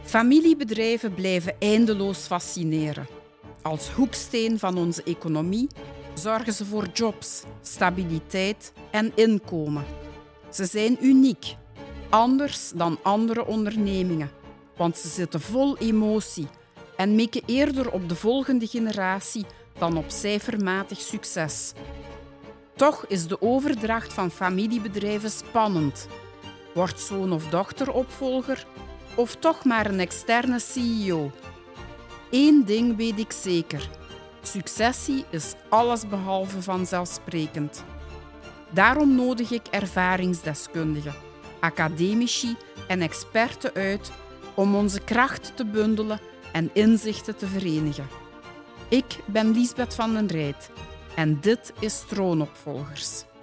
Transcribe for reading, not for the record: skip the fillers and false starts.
Familiebedrijven blijven eindeloos fascineren. Als hoeksteen van onze economie zorgen ze voor jobs, stabiliteit en inkomen. Ze zijn uniek, anders dan andere ondernemingen, want ze zitten vol emotie en mikken eerder op de volgende generatie dan op cijfermatig succes. Toch is de overdracht van familiebedrijven spannend. Wordt zoon of dochter opvolger of toch maar een externe CEO? Eén ding weet ik zeker. Successie is allesbehalve vanzelfsprekend. Daarom nodig ik ervaringsdeskundigen, academici en experten uit om onze kracht te bundelen en inzichten te verenigen. Ik ben Liesbeth van den Rijt en dit is Troonopvolgers.